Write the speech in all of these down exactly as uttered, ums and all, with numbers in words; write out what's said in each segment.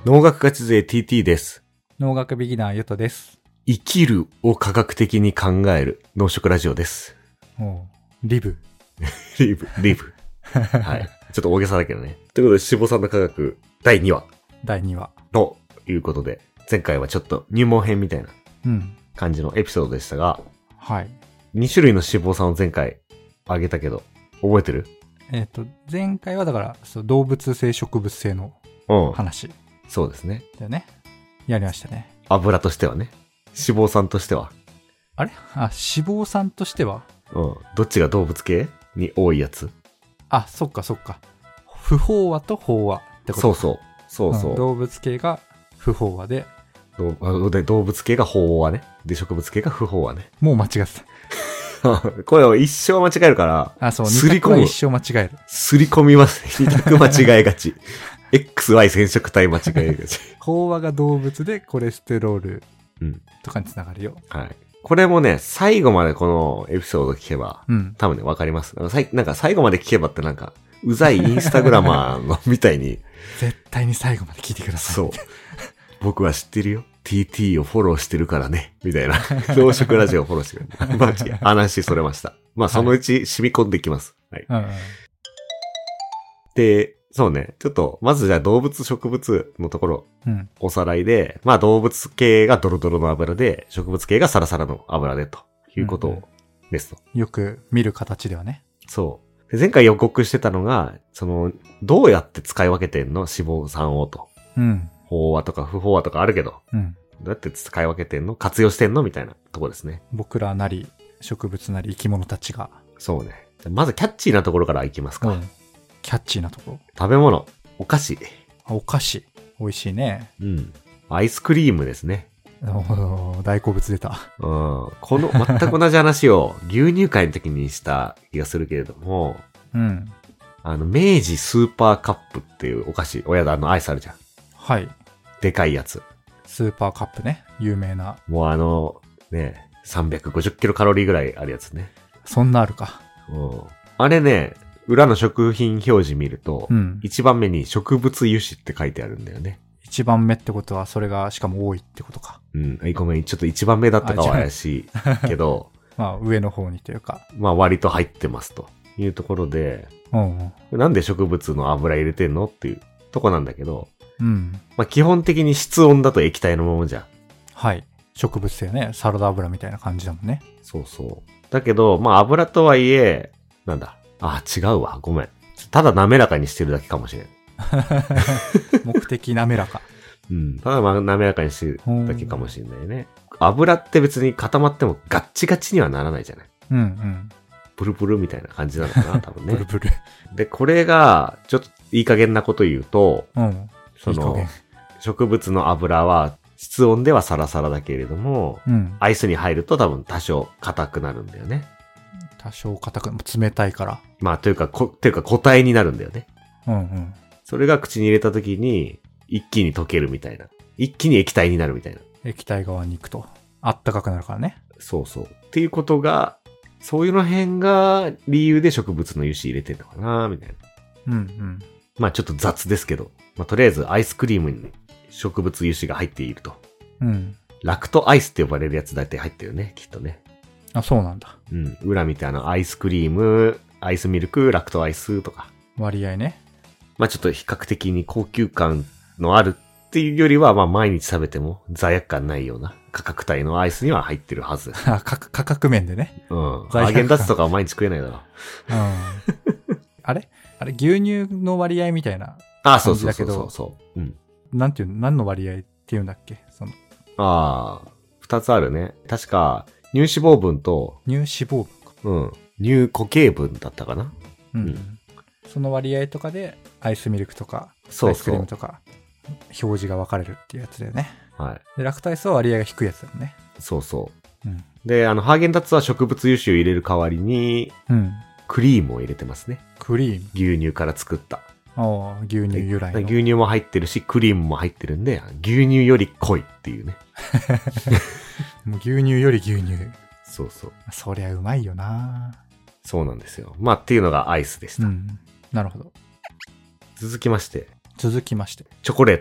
農学ガチ勢 ティーティー です。 農学ビギナーゆとです。 生きるを科学的に考える農食ラジオです。 おうリブ。 リブ、リブ。はい。ちょっと大げさだけどね。ということで、脂肪酸の科学だいにわ。 だいにわ。 ということで、前回はちょっと入門編みたいな感じのエピソードでしたが、 うん、はい。 に種類の脂肪酸を前回あげたけど、覚えてる？ えっと、前回はだから、そう動物性植物性の話。うん、 そうですね。 だよね。やりましたね。 油としてはね。脂肪酸としては。 あれあ、脂肪酸としてはうん。どっちが動物系に多いやつ？ あ、そっかそっか。不飽和と飽和ってことか。 そうそう。そうそう、 うん。動物系が不飽和で。 で動物系が飽和ね。で、植物系が不飽和ね。 もう間違ってた。 これを一生間違えるから。 あ、そう。すり込む。一生間違える。 すり込みます。二択間違えがち。エックスワイ 染色体間違えがち。 飽和が動物でコレステロールとかにつながるよ。 うん、はい。これもね、最後までこのエピソード聞けば、うん、多分ね、わかります。なんか最後まで聞けばってなんか、うざいインスタグラマーのみたいに。 絶対に最後まで聞いてください。 そう。僕は知ってるよ。ティーティー をフォローしてるからね。みたいな。農食ラジオをフォローしてる。まあ、話それました。まあ、そのうち染み込んでいきます。はい。はい、うんうん、で、そうね。ちょっと、まずじゃあ動物植物のところ、うん、おさらいで、まあ動物系がドロドロの油で、植物系がサラサラの油でということですと。 うんうん、よく見る形ではね。 そう。で前回予告してたのが、その、どうやって使い分けてんの脂肪酸をと。うん。飽和とか不飽和とかあるけど、うん、どうやって使い分けてんの？活用してんの？みたいなところですね。 僕らなり、植物なり生き物たちが。 そうね。まずキャッチーなところからいきますか。うん、 キャッチーなところ。 食べ物、お菓子。 お菓子。美味しいね。 うん。アイスクリームですね。 お大好物出た。 うん。この、全く同じ話を牛乳会の時にした気がするけれども、うん。あの、明治スーパーカップっていうお菓子、親だ、あのアイスあるじゃん。 はい。 でかいやつ。 スーパーカップね。有名な。 もうあの、ね、さんびゃくごじゅっキロカロリーぐらいあるやつね。 そんなあるか。 うん。あれね、裏の食品表示見ると、うん、いちばんめに植物油脂って書いてあるんだよね。 いちばんめってことは、それがしかも多いってことか。 うん。ごめん、ちょっといちばんめだったかは怪しいけど。 まあ、上の方にというか。 まあ、割と入ってますというところで、うんうん、なんで植物の油入れてんのっていうとこなんだけど、うん。まあ、基本的に室温だと液体のままじゃん。 はい。植物性ね。サラダ油みたいな感じだもんね。 そうそう。だけど、まあ、油とはいえ、なんだ。あ、違うわ。ごめん。ただ滑らかにしてるだけかもしれん。 目的滑らか。 うん。ただ滑らかにしてるだけかもしれないね。油って別に固まってもガッチガチにはならないじゃない。うんうん。プルプルみたいな感じなのかな、多分ね。 プルプル。 で、これが、ちょっといい加減なこと言うと、うん。その、いい植物の油は、室温ではサラサラだけれども、うん、アイスに入ると多分多少硬くなるんだよね。 多少硬く、冷たいから。 まあ、というか、こ、というか固体になるんだよね。うんうん。それが口に入れた時に、一気に溶けるみたいな。一気に液体になるみたいな。 液体側に行くと。あったかくなるからね。 そうそう。っていうことが、そういうの辺が理由で植物の油脂入れてんのかな、みたいな。うんうん。まあちょっと雑ですけど。まあとりあえずアイスクリームに植物油脂が入っていると。うん。ラクトアイスって呼ばれるやつ大体入ってるね、きっとね。 あ、そうなんだ。 うん。裏見てあの、アイスクリーム、アイスミルク、ラクトアイスとか。 割合ね。 まあちょっと比較的に高級感のあるっていうよりは、まあ毎日食べても罪悪感ないような価格帯のアイスには入ってるはず。 あ、価格面でね。 うん。ハーゲンダッツとかは毎日食えないだろ。うん。 あれあれ牛乳の割合みたいな感じだけど。あ、そうそうそうそう。うん。 なんていうの何の割合っていうんだっけその。 ああ、二つあるね。確か、乳脂肪分と、 乳脂肪分か。 うん。乳固形分だったかな。 うん。うん、その割合とかで、アイスミルクとか、そうそうアイスクリームとか、表示が分かれるっていうやつだよね。はい。で、ラクトアイスは割合が低いやつだよね。 そうそう。うん。で、あの、ハーゲンダッツは植物油脂を入れる代わりに、うん。クリームを入れてますね。 クリーム牛乳から作った。 ああ、牛乳由来の。 牛乳も入ってるし、クリームも入ってるんで、牛乳より濃いっていうね。 もう牛乳より牛乳。 そうそう。 そりゃうまいよな。 そうなんですよ。まあっていうのがアイスでした。うん。 なるほど。 続きまして。 続きまして。 チョコレート。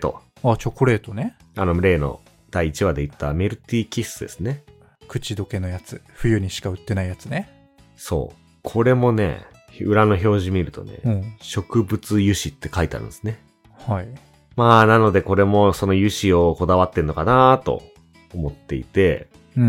あ、チョコレートね。 あの、例のだいいちわで言ったメルティーキッスですね。 口どけのやつ。冬にしか売ってないやつね。 そう。これもね、裏の表示見るとね、うん、植物油脂って書いてあるんですね。 はい。 まあ、なのでこれもその油脂をこだわってんのかなと思っていて、 うんうん。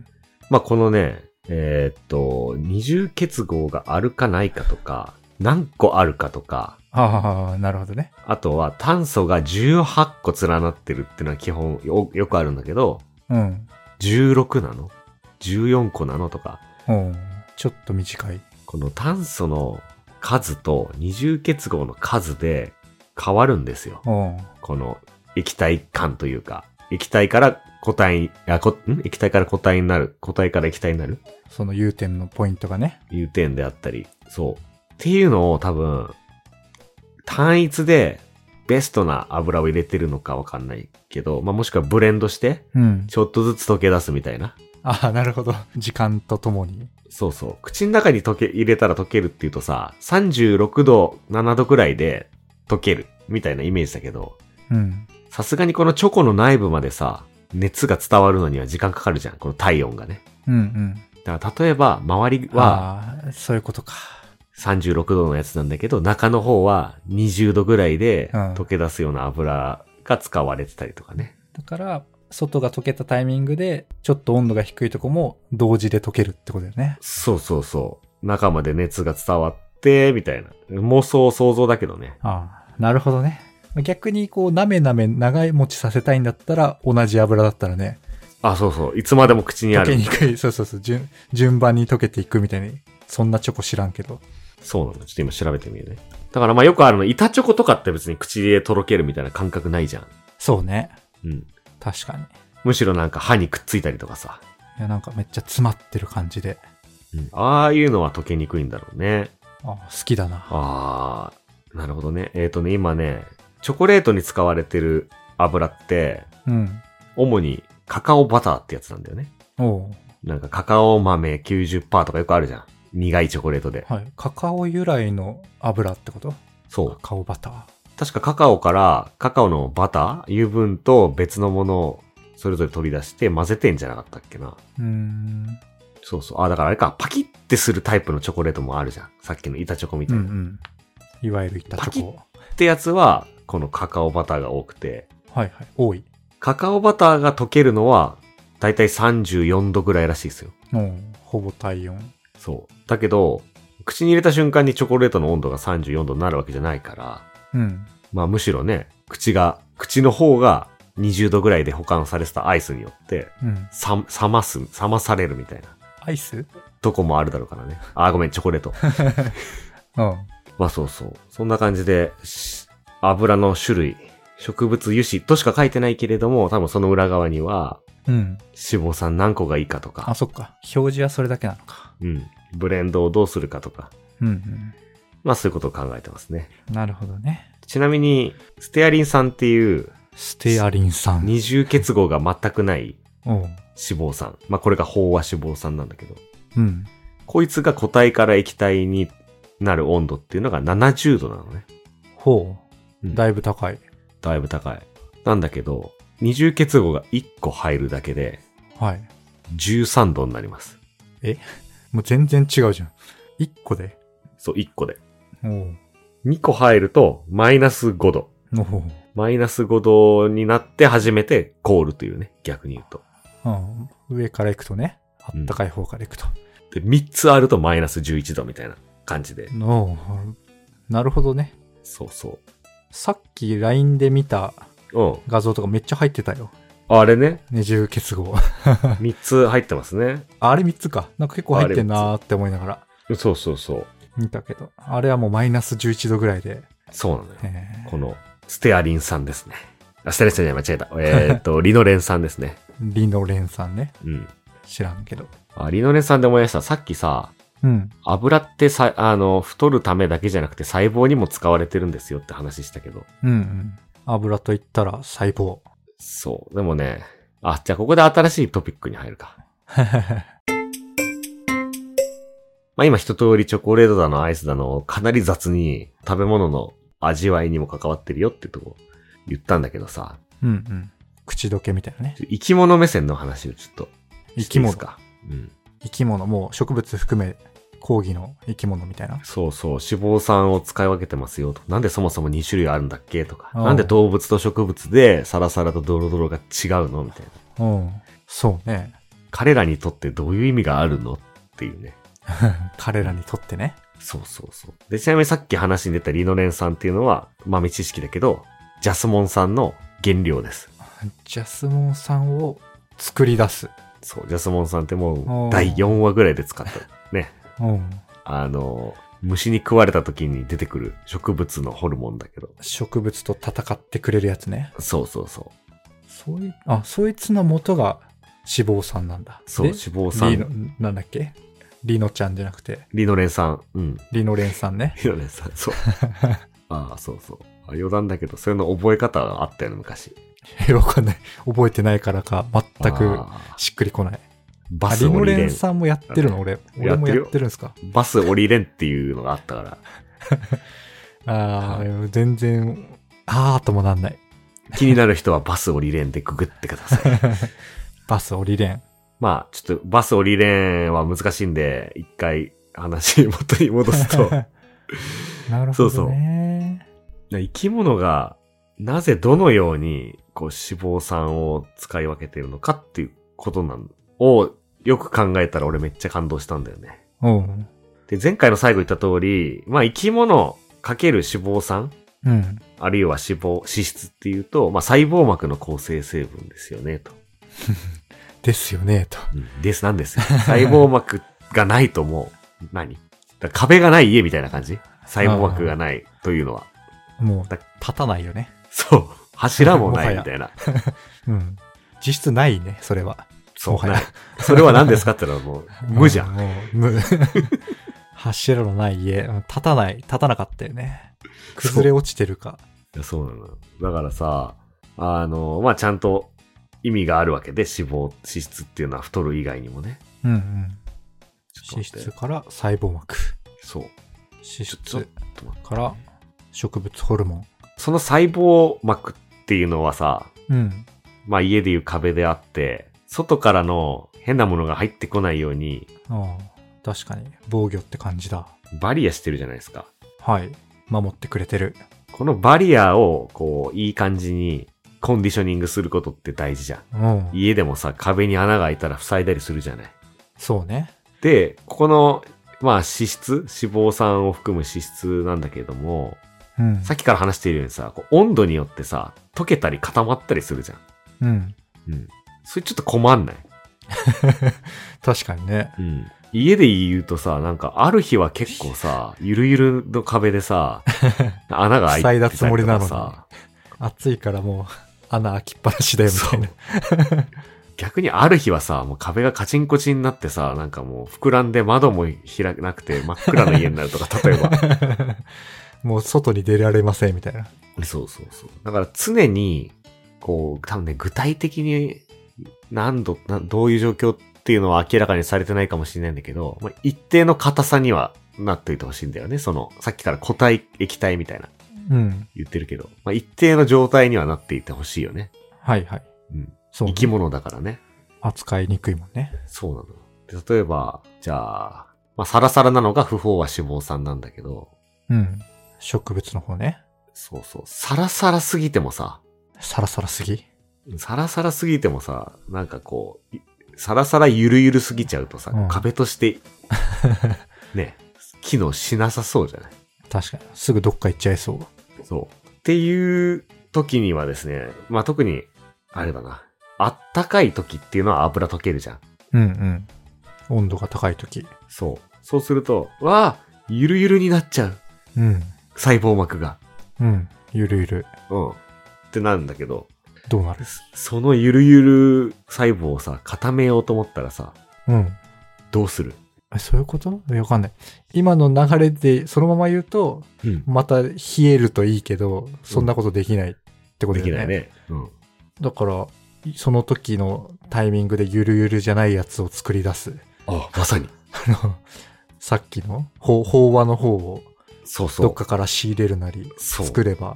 まあ、このね、えー、っと、二重結合があるかないかとか、何個あるかとか。 ああ、なるほどね。 あとは炭素がじゅうはっこ連なってるっていうのは基本 よ, よくあるんだけど、 うん。 じゅうろくなの ?じゅうよんこなのとか。 うん。ちょっと短い。 この炭素の数と二重結合の数で変わるんですよ。 うん。 この液体感というか、液体から固体、あ、こ、ん液体から固体になる。固体から液体になる。 その融点のポイントがね。 融点であったり。そう。っていうのを多分、単一でベストな油を入れてるのかわかんないけど、まあ、もしくはブレンドして、ちょっとずつ溶け出すみたいな。 うん、ああ、なるほど。時間とともに。 そうそう。口の中に溶け、入れたら溶けるっていうとさ、さんじゅうろくど、ななどくらいで溶けるみたいなイメージだけど、 うん。 さすがにこのチョコの内部までさ、熱が伝わるのには時間かかるじゃん。この体温がね。 うんうん。 だから例えば、周りは、 ああ、そういうことか。 さんじゅうろくどのやつなんだけど、中の方はにじゅうどぐらいで溶け出すような油が使われてたりとかね。 だから、外が溶けたタイミングで、ちょっと温度が低いとこも同時で溶けるってことだよね。 そうそうそう。中まで熱が伝わって、みたいな。妄想想像だけどね。 ああ、なるほどね。逆にこう、なめなめ長い持ちさせたいんだったら、同じ油だったらね。 あ、そうそう。いつまでも口にある。 溶けにくい。そうそうそう。順、順番に溶けていくみたいに。そんなチョコ知らんけど。 そうなの。ちょっと今調べてみるね。だからまあよくあるの、板チョコとかって別に口でとろけるみたいな感覚ないじゃん。 そうね。 うん。 確かに。 むしろなんか歯にくっついたりとかさ。 いや、なんかめっちゃ詰まってる感じで。 うん。ああいうのは溶けにくいんだろうね。 ああ、好きだな。 ああ、なるほどね。えっとね、今ね、チョコレートに使われてる油って、 うん。 主にカカオバターってやつなんだよね。 おう。 なんかカカオ豆 きゅうじゅっパーセント とかよくあるじゃん。苦いチョコレートで。 はい。カカオ由来の油ってこと？ そう。 カカオバター。 確かカカオからカカオのバター、油分と別のものをそれぞれ取り出して混ぜてんじゃなかったっけな。 うーん。 そうそう。あ、だからあれか、パキってするタイプのチョコレートもあるじゃん。さっきの板チョコみたいな。 うんうん。いわゆる板チョコ。パキってやつは、このカカオバターが多くて。 はいはい。多い。 カカオバターが溶けるのは、だいたいさんじゅうよんどぐらいらしいですよ。 うん。ほぼ体温。 そう。だけど、口に入れた瞬間にチョコレートの温度がさんじゅうよんどになるわけじゃないから。 うん。 まあむしろね、口が、口の方がにじゅうどぐらいで保管されてたアイスによって、 うん。 さ、冷ます、冷まされるみたいな。 アイス？ とこもあるだろうからね。あ、ごめん、チョコレート。 うん。 まあそうそう。そんな感じで、油の種類、植物油脂としか書いてないけれども、多分その裏側には、 うん。 脂肪酸何個がいいかとか。 あ、そっか。表示はそれだけなのか。 うん。ブレンドをどうするかとか。 うんうん。 まあそういうことを考えてますね。 なるほどね。 ちなみに、ステアリン酸っていう、 ステアリン酸。 二重結合が全くない脂肪酸。まあこれが飽和脂肪酸なんだけど。 うん。 こいつが固体から液体になる温度っていうのがななじゅうどなのね。 ほう。だいぶ高い。 だいぶ高い。なんだけど、二重結合がいっこ入るだけで、 はい。 じゅうさんどになります。 え？もう全然違うじゃん。いっこで？ そう、いっこで。 おう。 にこ入ると、マイナスごど。 おう。 マイナスごどになって初めて凍るというね、逆に言うと。 うん。上から行くとね、あったかい方から行くと。 うん、で、みっつあるとマイナスじゅういちどみたいな感じで。 おう。なるほどね。 そうそう。 さっき ライン で見た画像とかめっちゃ入ってたよ。 あれね。 二重結合。 みっつ入ってますね。 あれみっつか。なんか結構入ってんなーって思いながら。 そうそうそう。 見たけど。あれはもうマイナスじゅういちどぐらいで。 そうなのよ。このステアリン酸ですね。あ、ステレスじゃ間違えた。えっと、リノレン酸ですね。 リノレン酸ね。 うん。 知らんけど。 あ、リノレン酸で思い出した。さっきさ、 うん。 油ってさ、あの、太るためだけじゃなくて細胞にも使われてるんですよって話したけど。 うんうん。油と言ったら細胞。 そう。でもね、あ、じゃあここで新しいトピックに入るか。まあ今一通りチョコレートだのアイスだのかなり雑に食べ物の味わいにも関わってるよってとこ言ったんだけどさ。 うんうん。口どけみたいなね。 生き物目線の話をちょっと生き物か。うん。 生き物、もう植物含め講義の生き物みたいな。 そうそう。脂肪酸を使い分けてますよと。なんでそもそもに種類あるんだっけとか。なんで動物と植物でサラサラとドロドロが違うのみたいな。うん。そうね。 彼らにとってどういう意味があるのっていうね。 彼らにとってね。 そうそうそう。で、ちなみにさっき話に出たリノレン酸っていうのは豆知識だけど、ジャスモン酸の原料です。 ジャスモン酸を作り出す。 そう、ジャスモン酸ってもうだいよんわぐらいで使った。ね。 うん。 あの、虫に食われた時に出てくる植物のホルモンだけど。 植物と戦ってくれるやつね。 そうそうそう。 そうい、あ、そいつの元が脂肪酸なんだ。 そう、脂肪酸。 リノ、なんだっけリノちゃんじゃなくて。 リノレン酸。うん。 リノレン酸ね。 リノレン酸、そう。ああ、そうそう。余談だけど、それの覚え方があったよね、昔。 え、わかんない。覚えてないからか、全くしっくりこない。バス降りれん。リノレンさんもやってるの俺。俺もやってるんですか？ バス降りれんっていうのがあったから。 ああ、全然、あーともなんない。 気になる人はバス降りれんでググってください。 バス降りれん。 まあ、ちょっとバス降りれんは難しいんで、一回話元に戻すと。 なるほどね。そうそう。 生き物がなぜどのようにこう脂肪酸を使い分けているのかっていうことなのをよく考えたら俺めっちゃ感動したんだよね。 うん。 で、前回の最後言った通り、まあ生き物かける脂肪酸、 うん、 あるいは脂肪、脂質っていうと、まあ細胞膜の構成成分ですよね、と。 ですよね、と。 うん、です、なんですよ。細胞膜がないともう、何だ壁がない家みたいな感じ？細胞膜がないというのは。 もう、立たないよね。 そう。柱もないみたいな。 うん。実質ないね、それは。 そう。ない。それは何ですかって言ったらもう、無じゃん。 もう、無。柱のない家。立たない、立たなかったよね。崩れ落ちてるか。 いや、そうなの。だからさ、あの、まあ、ちゃんと意味があるわけで、脂肪、脂質っていうのは太る以外にもね。 うんうん。脂質から細胞膜。 そう。 脂質から植物ホルモン。 その細胞膜っていうのはさ、 うん。 まあ家でいう壁であって、外からの変なものが入ってこないように。 ああ、確かに。防御って感じだ。 バリアしてるじゃないですか。 はい。守ってくれてる。 このバリアを、こう、いい感じにコンディショニングすることって大事じゃん。 うん。 家でもさ、壁に穴が開いたら塞いだりするじゃない。 そうね。 で、ここの、まあ脂質、脂肪酸を含む脂質なんだけれども、 うん、 さっきから話しているようにさ、こう温度によってさ、溶けたり固まったりするじゃん。 うん。 うん。それちょっと困んない？ 確かにね。 うん。家で言うとさ、なんかある日は結構さ、ゆるゆるの壁でさ、穴が開いてたりとかさ。塞いだつもりなのに。 暑いからもう穴開きっぱなしだよみたいな。 逆にある日はさ、もう壁がカチンコチンになってさ、なんかもう膨らんで窓も開けなくて真っ暗な家になるとか、例えば。 もう外に出られませんみたいな。 そうそうそう。だから常に、こう、多分ね、具体的に何度、どういう状況っていうのは明らかにされてないかもしれないんだけど、まあ、一定の硬さにはなっといてほしいんだよね。その、さっきから固体、液体みたいな。 うん。 言ってるけど、まあ、一定の状態にはなっていてほしいよね。 はいはい。 うん。そうね、生き物だからね。 扱いにくいもんね。 そうなの。で、例えば、じゃあ、まあ、サラサラなのが不飽和脂肪酸なんだけど。 うん。植物の方ね。 そうそう。サラサラすぎてもさ。 サラサラすぎ？ サラサラすぎてもさ、なんかこう、サラサラゆるゆるすぎちゃうとさ、うん、壁として、ね、機能しなさそうじゃない？ 確かに。すぐどっか行っちゃいそう。 そう。っていう時にはですね、まあ、特に、あれだな。あったかい時っていうのは油溶けるじゃん。 うんうん。温度が高い時。 そう。そうすると、わあ、ゆるゆるになっちゃう。 うん。 細胞膜が。 うん。ゆるゆる。 うん。ってなるんだけど。 どうなる？ そのゆるゆる細胞をさ、固めようと思ったらさ。 うん。 どうする？ え、そういうこと？わかんない。今の流れでそのまま言うと、うん、また冷えるといいけど、そんなことできないってことだよね。 できないね。うん。 だから、その時のタイミングでゆるゆるじゃないやつを作り出す。 あ、まさに。 あの、さっきの飽和の方を、 そうそう。 どっかから仕入れるなり、作れば、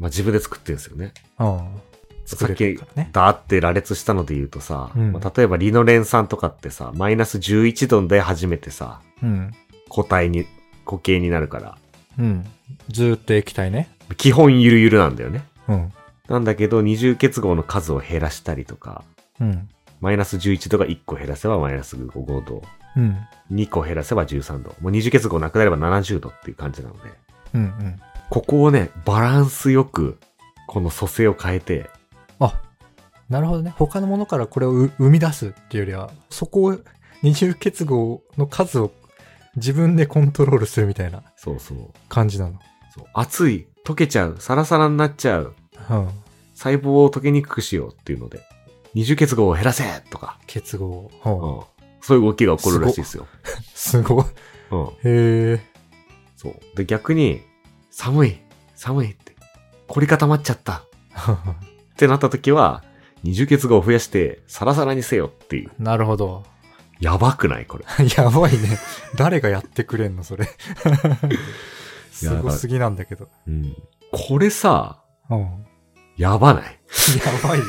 まあ、自分で作ってるんですよね。 うん。 さっき、だーって羅列したので言うとさ、うんまあ、例えばリノレン酸とかってさ、マイナスじゅういちどで初めてさ、うん、固体に、固形になるから。 うん。ずーっと液体ね。 基本ゆるゆるなんだよね。 うん。 なんだけど、二重結合の数を減らしたりとか、うん。マイナスじゅういちどがいっこ減らせばマイナスごど。うん。にこ減らせばじゅうさんど。もう二重結合なくなればななじゅうどっていう感じなので。 うんうん。ここをね、バランスよく、この組成を変えて、 あ、なるほどね。他のものからこれを生み出すっていうよりは、そこを二重結合の数を自分でコントロールするみたいなそうそう感じなの。 そう熱い、溶けちゃう、サラサラになっちゃう、うん、細胞を溶けにくくしようっていうので、二重結合を減らせとか。 結合、 うん。そういう動きが起こるらしいですよ。 すごい。うん。へえ。 そう。で、逆に、寒い、寒いって、凝り固まっちゃった。ってなった時は、二重結合を増やしてサラサラにせよっていう。 なるほど。 やばくないこれ。 やばいね。誰がやってくれんのそれ。すごすぎなんだけど。 うん。これさ、うん、やばないやばいよ。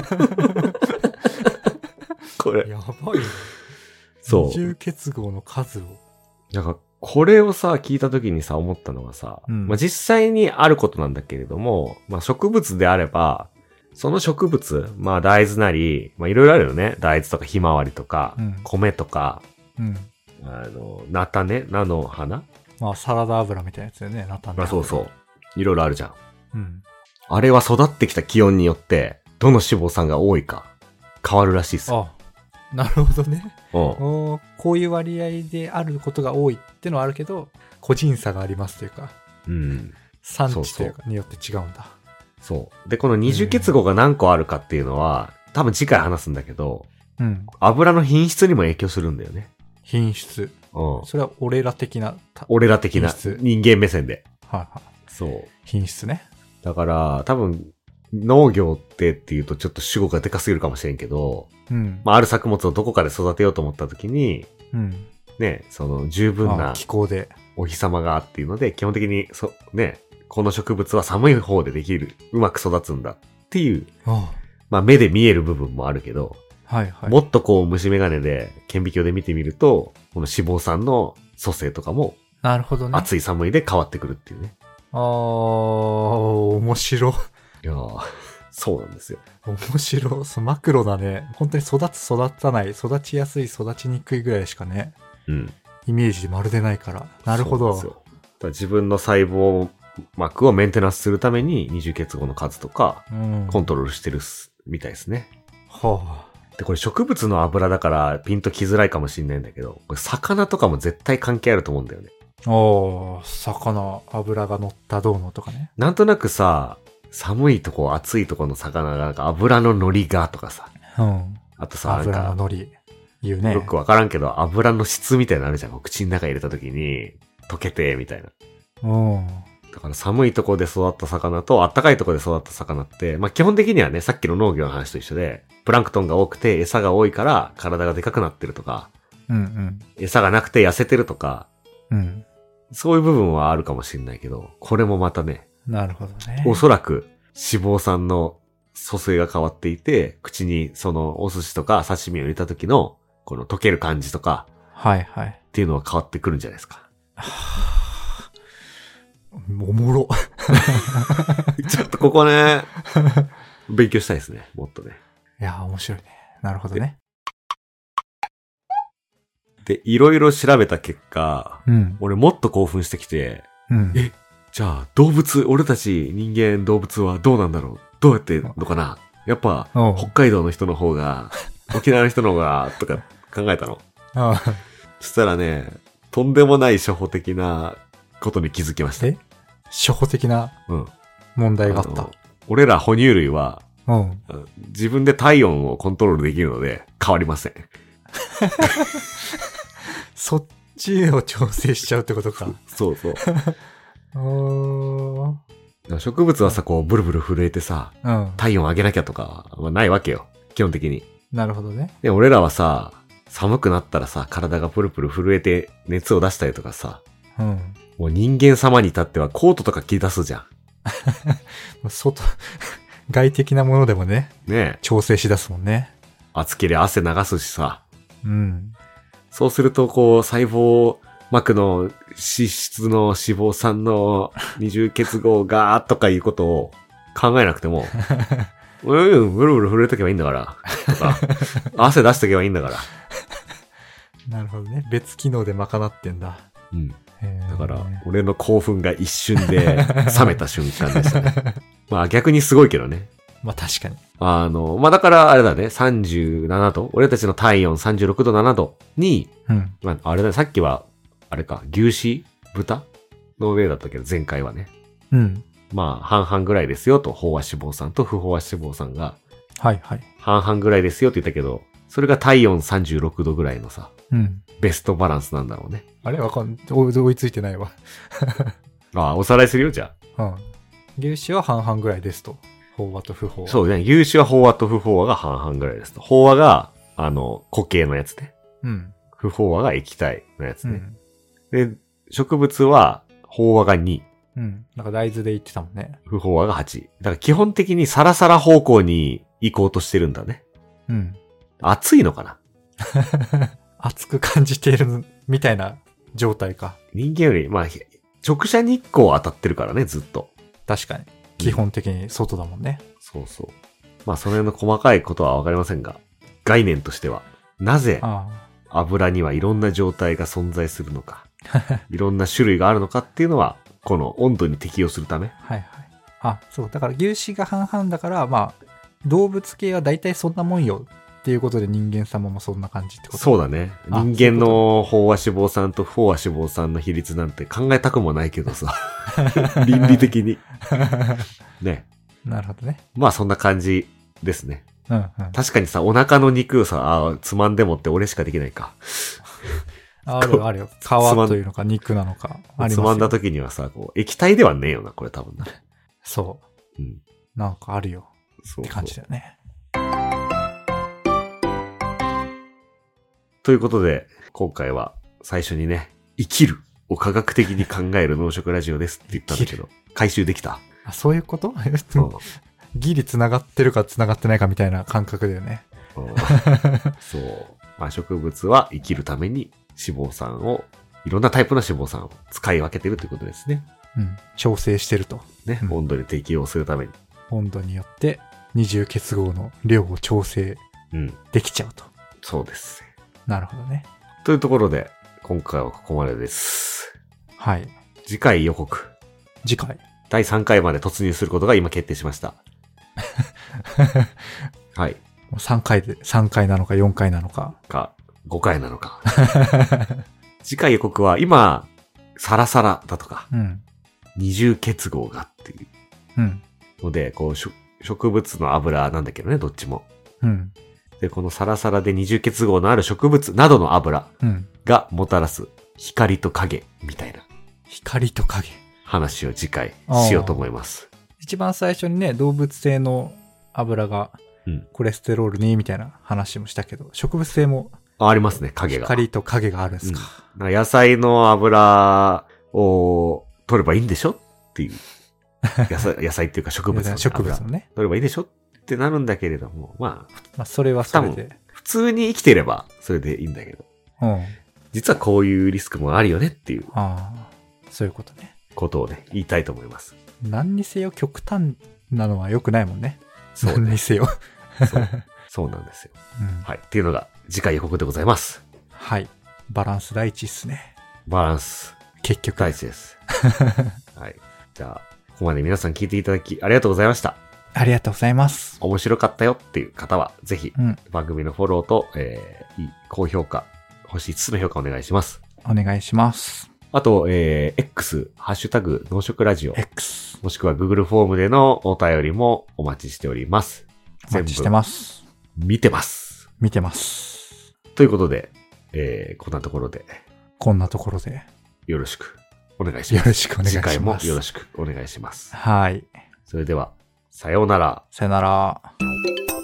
これ。 やばいよ。 そう。 二重結合の数を。 なんか、これをさ、聞いた時にさ、思ったのはさ、うん、まあ、実際にあることなんだけれども、まあ、植物であれば、その植物、まあ大豆なり、まあいろいろあるよね。大豆とかひまわりとか、うん、米とか、うん、あの、菜種菜の花まあサラダ油みたいなやつだよね、菜種。 まあそうそう。いろいろあるじゃん。うん。あれは育ってきた気温によって、どの脂肪酸が多いか、変わるらしいっすよ。 あ、なるほどね。うん。おこういう割合であることが多いってのはあるけど、個人差がありますというか、うん。産地というかによって違うんだ。 そう。で、この二重結合が何個あるかっていうのは、多分次回話すんだけど、うん。油の品質にも影響するんだよね。 品質。うん。それは俺ら的な。 俺ら的な。人間目線で。 はいはい。 そう。 品質ね。 だから、多分、農業ってっていうとちょっと主語がでかすぎるかもしれんけど、うん。まあ、ある作物をどこかで育てようと思った時に、うん。ね、その十分な気候でお日様がっていうので、基本的に、そ、ね、この植物は寒い方でできる。うまく育つんだっていう。ああまあ目で見える部分もあるけど。 はいはい。 もっとこう虫眼鏡で顕微鏡で見てみると、この脂肪酸の組成とかも。 なるほどね。 暑い寒いで変わってくるっていうね。 ああ、面白い。 いやー、そうなんですよ。 面白い。そうマクロだね。本当に育つ育たない、育ちやすい育ちにくいぐらいしかね。うん。イメージでまるでないから。なるほど。そうですよ。 だから自分の細胞膜をメンテナンスするために二重結合の数とかコントロールしてるみたいですね。 はあ。 で、これ植物の油だからピンときづらいかもしれないんだけど、これ魚とかも絶対関係あると思うんだよね。 おー、魚、油が乗ったどうのとかね。 なんとなくさ、寒いとこ暑いとこの魚がなんか油の乗りがとかさ。 うん。 あとさ、 油の乗り言うね。 よくわからんけど油の質みたいなのあるじゃん。口の中入れた時に溶けてみたいな。 うん。 だから寒いところで育った魚と暖かいところで育った魚って、まあ基本的にはね、さっきの農業の話と一緒で、プランクトンが多くて餌が多いから体がでかくなってるとか、 うんうん、 餌がなくて痩せてるとか、 うん、 そういう部分はあるかもしれないけど、これもまたね、 なるほどね。 おそらく脂肪酸の組成が変わっていて、口にそのお寿司とか刺身を入れた時のこの溶ける感じとか、 はいはい。 っていうのは変わってくるんじゃないですか。 おもろ。 ちょっとここね、勉強したいですね、もっとね。 いや、面白いね。なるほどね。 で、いろいろ調べた結果、 うん、 俺もっと興奮してきて、 うん、 え、じゃあ動物、俺たち人間動物はどうなんだろうどうやってのかなやっぱ、北海道の人の方が、沖縄の人の方が、とか考えたの。 ああそしたらね、とんでもない初歩的なことに気づきました。 え初歩的な問題があった。 うん、俺ら哺乳類は、 うん、 自分で体温をコントロールできるので変わりません。 そっちを調整しちゃうってことか。 そうそう。 お植物はさ、こうブルブル震えてさ、 うん、 体温上げなきゃとかはないわけよ。基本的に。 なるほどね。 で、俺らはさ、寒くなったらさ、体がプルプル震えて熱を出したりとかさ、 うん、 もう人間様に至ってはコートとか着出すじゃん。 外、外的なものでもね。 ね調整しだすもんね。 暑ければ汗流すしさ。 うん。 そうすると、こう、細胞膜の脂質の脂肪酸の二重結合がとかいうことを考えなくても、うん、ブルブル震えとけばいいんだから、とか、汗出しとけばいいんだから。 なるほどね。別機能で賄ってんだ。 うん。だから、俺の興奮が一瞬で冷めた瞬間でしたね。まあ逆にすごいけどね。 まあ確かに。 あの、まあだからあれだね、さんじゅうななど、俺たちの体温さんじゅうろくどななどに、うん、まああれだね、さっきは、あれか、牛脂豚の上だったけど、前回はね。 うん。 まあ半々ぐらいですよと、飽和脂肪酸と不飽和脂肪酸が。 はいはい。 半々ぐらいですよって言ったけど、それが体温さんじゅうろくどぐらいのさ、 うん。 ベストバランスなんだろうね。 あれわかん、追いついてないわ。 ああ、おさらいするよ、じゃあ。うん。牛脂は半々ぐらいですと。飽和と不飽和。 そうね。牛脂は飽和と不飽和が半々ぐらいですと。飽和が、あの、固形のやつね。 うん。 不飽和が液体のやつね。うん、で、植物は、飽和がに。 うん。なんか大豆で言ってたもんね。 不飽和がはち。だから基本的にサラサラ方向に行こうとしてるんだね。 うん。 暑いのかな熱く感じているみたいな状態か。 人間より、まあ、直射日光当たってるからね、ずっと。 確かに。基本的に外だもんね。 うん、そうそう。まあ、その辺の細かいことはわかりませんが、概念としては、なぜ油にはいろんな状態が存在するのか、いろんな種類があるのかっていうのは、この温度に適応するため。 はいはい。あ、そう。だから牛脂が半々だから、まあ、動物系は大体そんなもんよ。っていうことで人間様もそんな感じってこと？ そうだね。人間の飽和脂肪酸と不飽和脂肪酸の比率なんて考えたくもないけどさ。倫理的に。ね。 なるほどね。 まあそんな感じですね。 うんうん、 確かにさ、お腹の肉をさ、あつまんでもって俺しかできないか。 あるあるよ。皮というのか肉なのかありますよ。 つまんだ時にはさ、こう液体ではねえよな、これ多分な。 そう。うん。なんかあるよ。そうそうって感じだよね。 ということで、今回は最初にね、生きるを科学的に考える農食ラジオですって言ったんだけど、回収できた？ あ、そういうこと？ギリ繋がってるか繋がってないかみたいな感覚だよね。 そう。まあ、植物は生きるために脂肪酸を、いろんなタイプの脂肪酸を使い分けてるということですね。 うん。調整してると。 ね、うん、温度に適応するために。 温度によって二重結合の量を調整できちゃうと。うん、 そうです。 なるほどね。 というところで、今回はここまでです。 はい。 次回予告。 次回だいさんかいまで突入することが今決定しました。はい。 もうさんかいで、さんかいなのかよんかいなのか。 か、ごかいなのか。次回予告は今、サラサラだとか、うん、二重結合がっていう。うん。ので、こう、植物の油なんだけどね、どっちも。 うん。 で、このサラサラで二重結合のある植物などの油がもたらす光と影みたいな。 光と影。 話を次回しようと思います。 一番最初にね、動物性の油がコレステロールにみたいな話もしたけど、植物性もあ, ありますね、影が。 光と影があるんですか。 うん、なんか野菜の油を取ればいいんでしょっていう。野菜、野菜っていうか植物の植物のね。 取ればいいでしょってなるんだけれども、まあ。 まあ、それはそれで。 普通に生きてればそれでいいんだけど。 うん。 実はこういうリスクもあるよねっていう。 ああ。そういうことね。 ことをね、言いたいと思います。 何にせよ極端なのは良くないもんね。 そうね。 何にせよ。 そう。そうなんですよ、 うん。 はい。っていうのが次回予告でございます。 はい。バランス第一っすね。 バランス。 結局。 第一です。はい。じゃあ、ここまで皆さん聞いていただきありがとうございました。 ありがとうございます。 面白かったよっていう方は、ぜひ、番組のフォローと、うん、えー、高評価、星いつつの評価お願いします。 お願いします。 あと、えー、X、ハッシュタグ、農食ラジオ。 X。 もしくは Google フォームでのお便りもお待ちしております。 お待ちしてます。 見てます。 見てます。 ということで、えー、こんなところで。 こんなところで。 よろしくお願いします。 よろしくお願いします。 次回もよろしくお願いします。 はい。 それでは、さようなら。 さようなら。